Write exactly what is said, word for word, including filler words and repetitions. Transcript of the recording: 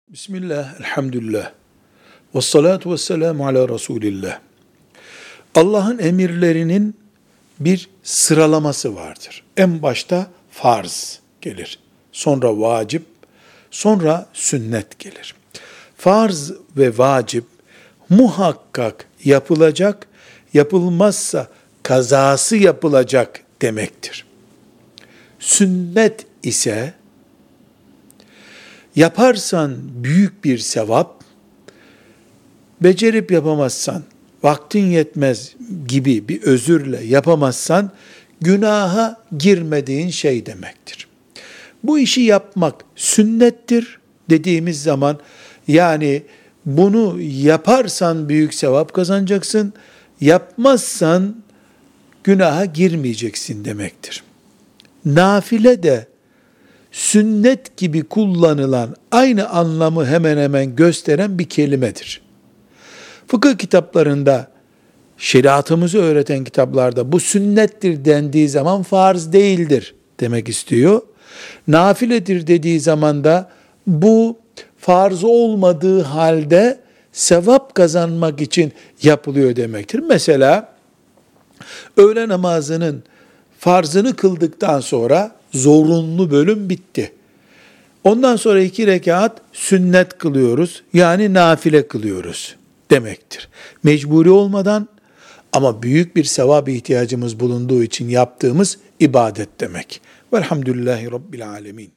Bismillah, elhamdülillah, ve salatu ve selamu ala Resulillah. Allah'ın emirlerinin bir sıralaması vardır. En başta farz gelir, sonra vacip, sonra sünnet gelir. Farz ve vacip muhakkak yapılacak, yapılmazsa kazası yapılacak demektir. Sünnet ise yaparsan büyük bir sevap, becerip yapamazsan, vaktin yetmez gibi bir özürle yapamazsan, günaha girmediğin şey demektir. Bu işi yapmak sünnettir dediğimiz zaman, yani bunu yaparsan büyük sevap kazanacaksın, yapmazsan günaha girmeyeceksin demektir. Nafile de sünnet gibi kullanılan, aynı anlamı hemen hemen gösteren bir kelimedir. Fıkıh kitaplarında, şeriatımızı öğreten kitaplarda bu sünnettir dendiği zaman farz değildir demek istiyor. Nafiledir dediği zaman da bu farz olmadığı halde sevap kazanmak için yapılıyor demektir. Mesela öğle namazının farzını kıldıktan sonra zorunlu bölüm bitti. Ondan sonra iki rekat sünnet kılıyoruz, yani nafile kılıyoruz demektir. Mecburi olmadan ama büyük bir sevap ihtiyacımız bulunduğu için yaptığımız ibadet demek. Velhamdülillahi Rabbil alemin.